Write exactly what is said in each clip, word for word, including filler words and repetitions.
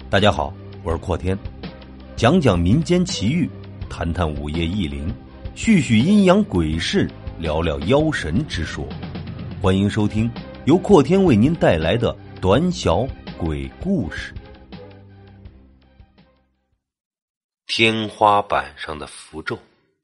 大家好，我是阔天，讲讲民间奇遇，谈谈午夜异灵，叙叙阴阳鬼事，聊聊妖神之说。欢迎收听由阔天为您带来的短小鬼故事。天花板上的符咒。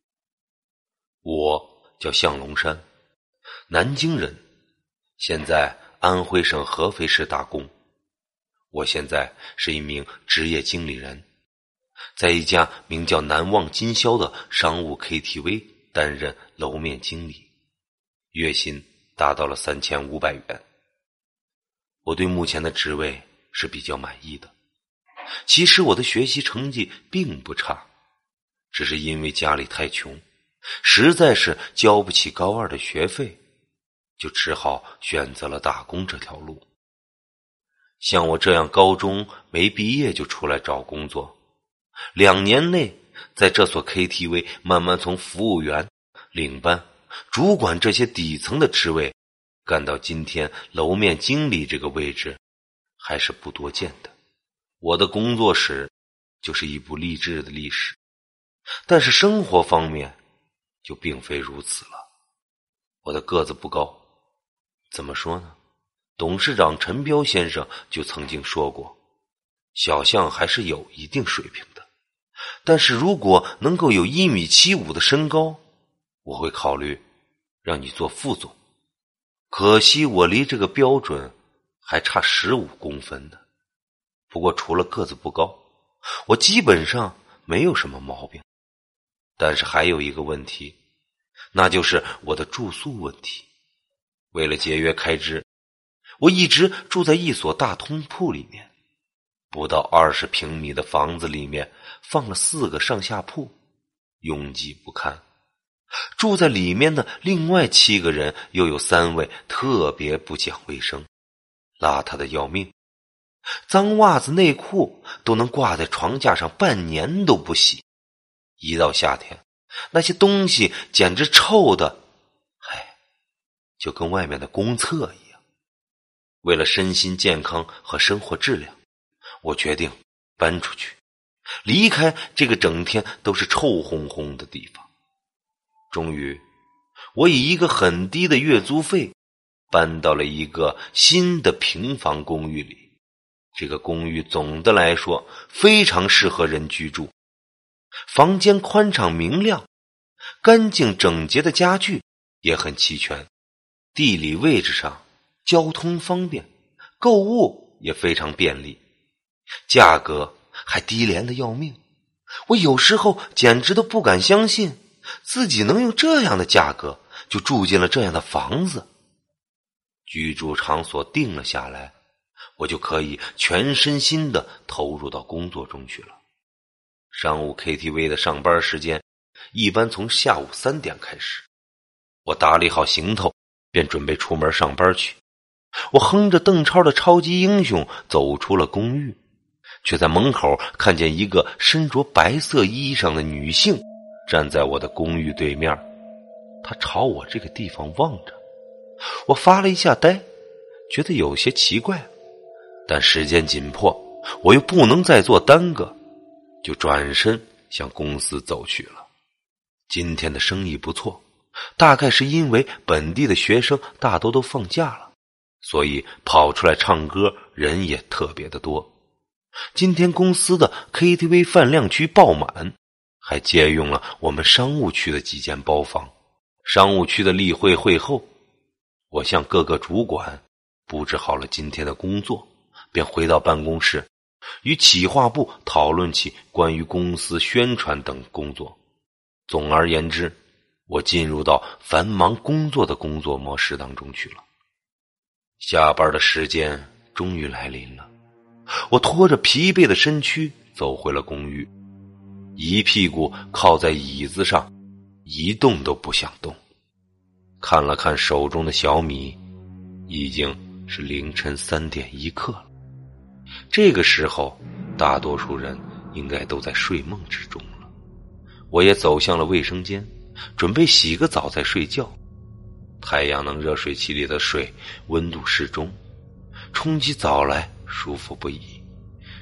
我叫向龙山，南京人，现在安徽省合肥市打工。我现在是一名职业经理人，在一家名叫难忘今宵的商务 K T V 担任楼面经理，月薪达到了三千五百元。我对目前的职位是比较满意的。其实我的学习成绩并不差，只是因为家里太穷，实在是交不起高二的学费，就只好选择了打工这条路。像我这样高中没毕业就出来找工作，两年内在这所 K T V 慢慢从服务员、领班、主管这些底层的职位干到今天楼面经理这个位置，还是不多见的。我的工作史就是一部励志的历史，但是生活方面就并非如此了。我的个子不高，怎么说呢？董事长陈彪先生就曾经说过，小项还是有一定水平的，但是如果能够有一米七五的身高，我会考虑让你做副总。可惜我离这个标准还差十五公分呢。不过除了个子不高，我基本上没有什么毛病。但是还有一个问题，那就是我的住宿问题。为了节约开支，我一直住在一所大通铺里面，不到二十平米的房子里面放了四个上下铺，拥挤不堪。住在里面的另外七个人又有三位特别不讲卫生，邋遢的要命，脏袜子内裤都能挂在床架上半年都不洗。一到夏天，那些东西简直臭的，唉，就跟外面的公厕一样。为了身心健康和生活质量，我决定搬出去，离开这个整天都是臭烘烘的地方。终于，我以一个很低的月租费搬到了一个新的平房公寓里。这个公寓总的来说非常适合人居住，房间宽敞明亮，干净整洁的家具也很齐全，地理位置上交通方便，购物也非常便利，价格还低廉的要命。我有时候简直都不敢相信自己能用这样的价格就住进了这样的房子。居住场所定了下来，我就可以全身心地投入到工作中去了。商务 K T V 的上班时间一般从下午三点开始，我打理好行头便准备出门上班去。我哼着邓超的超级英雄走出了公寓，却在门口看见一个身着白色衣裳的女性站在我的公寓对面，她朝我这个地方望着。我发了一下呆，觉得有些奇怪，但时间紧迫，我又不能再做耽搁，就转身向公司走去了。今天的生意不错，大概是因为本地的学生大多都放假了，所以跑出来唱歌人也特别的多。今天公司的 K T V 饭量区爆满，还借用了我们商务区的几间包房。商务区的例会会后，我向各个主管布置好了今天的工作，便回到办公室，与企划部讨论起关于公司宣传等工作。总而言之，我进入到繁忙工作的工作模式当中去了。下班的时间终于来临了，我拖着疲惫的身躯走回了公寓，一屁股靠在椅子上，一动都不想动。看了看手中的小米，已经是凌晨三点一刻了。这个时候，大多数人应该都在睡梦之中了。我也走向了卫生间，准备洗个澡再睡觉。太阳能热水器里的水温度适中，冲起澡来舒服不已。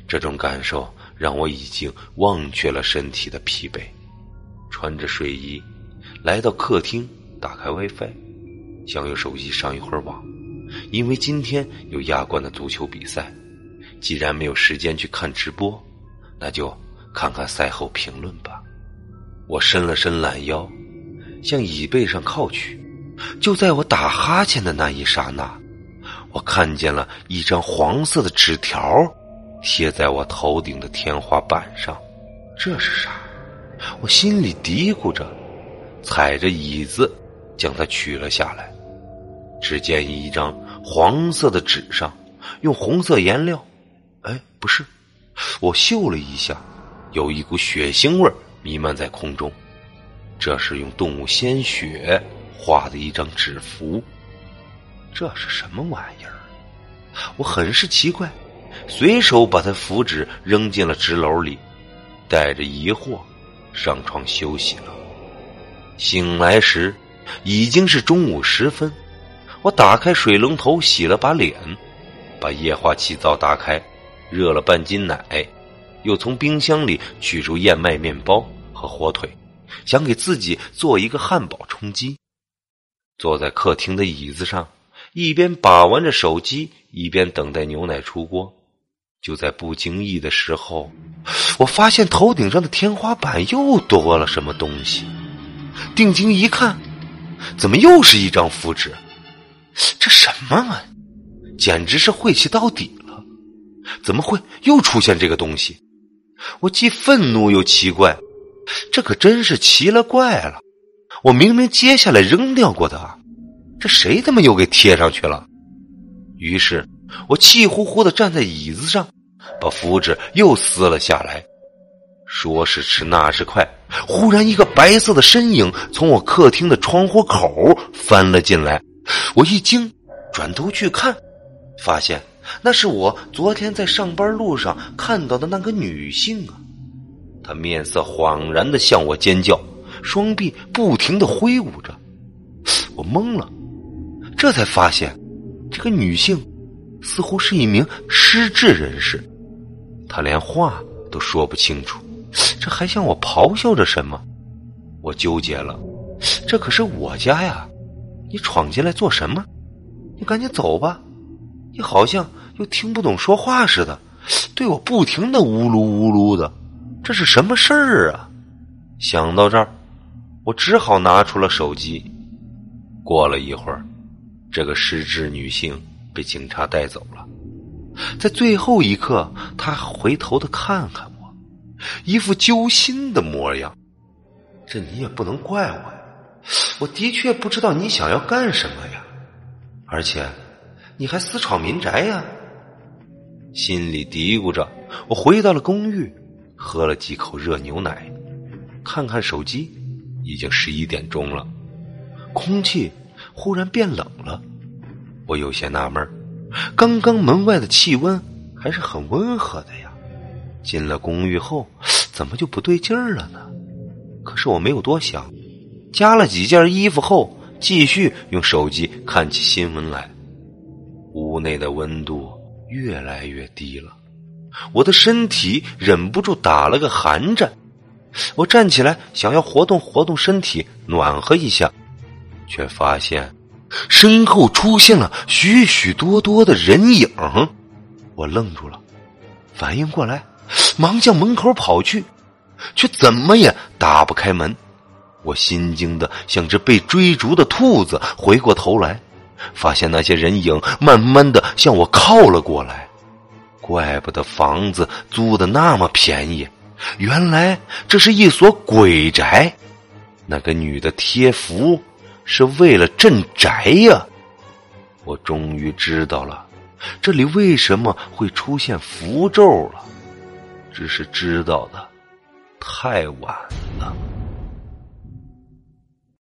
这种感受让我已经忘却了身体的疲惫。穿着睡衣来到客厅，打开 WiFi， 想用手机上一会儿网，因为今天有亚冠的足球比赛，既然没有时间去看直播，那就看看赛后评论吧。我伸了伸懒腰，向椅背上靠去。就在我打哈欠的那一刹那，我看见了一张黄色的纸条贴在我头顶的天花板上。这是啥？我心里嘀咕着，踩着椅子将它取了下来。只见一张黄色的纸上用红色颜料，哎，不是，我嗅了一下，有一股血腥味弥漫在空中。这是用动物鲜血画的一张纸符。这是什么玩意儿？我很是奇怪，随手把它符纸扔进了纸篓里，带着疑惑上床休息了。醒来时已经是中午时分，我打开水龙头洗了把脸，把液化气灶打开，热了半斤奶，又从冰箱里取出燕麦面包和火腿，想给自己做一个汉堡充饥。坐在客厅的椅子上，一边把玩着手机，一边等待牛奶出锅。就在不经意的时候，我发现头顶上的天花板又多了什么东西。定睛一看，怎么又是一张符纸？这什么玩意？简直是晦气到底了！怎么会又出现这个东西？我既愤怒又奇怪，这可真是奇了怪了。我明明接下来扔掉过的啊，这谁他妈又给贴上去了？于是我气呼呼地站在椅子上，把符纸又撕了下来。说时迟那时快，忽然一个白色的身影从我客厅的窗户口翻了进来。我一惊，转头去看，发现那是我昨天在上班路上看到的那个女性啊。她面色恍然地向我尖叫，双臂不停地挥舞着。我懵了，这才发现这个女性似乎是一名失智人士，她连话都说不清楚，这还向我咆哮着什么。我纠结了，这可是我家呀，你闯进来做什么？你赶紧走吧。你好像又听不懂说话似的，对我不停的呜噜呜噜的，这是什么事儿啊？想到这儿，我只好拿出了手机。过了一会儿，这个失智女性被警察带走了。在最后一刻，她回头的看看我，一副揪心的模样。这你也不能怪我呀，我的确不知道你想要干什么呀，而且你还私闯民宅呀。心里嘀咕着，我回到了公寓，喝了几口热牛奶，看看手机，已经十一点钟了。空气忽然变冷了，我有些纳闷，刚刚门外的气温还是很温和的呀，进了公寓后怎么就不对劲儿了呢？可是我没有多想，加了几件衣服后，继续用手机看起新闻来。屋内的温度越来越低了，我的身体忍不住打了个寒战。我站起来想要活动活动身体，暖和一下，却发现身后出现了许许多多的人影。我愣住了，反应过来，忙向门口跑去，却怎么也打不开门。我心惊的像只被追逐的兔子，回过头来发现那些人影慢慢的向我靠了过来。怪不得房子租的那么便宜，原来这是一所鬼宅。那个女的贴符是为了镇宅呀！我终于知道了这里为什么会出现符咒了，只是知道的太晚了。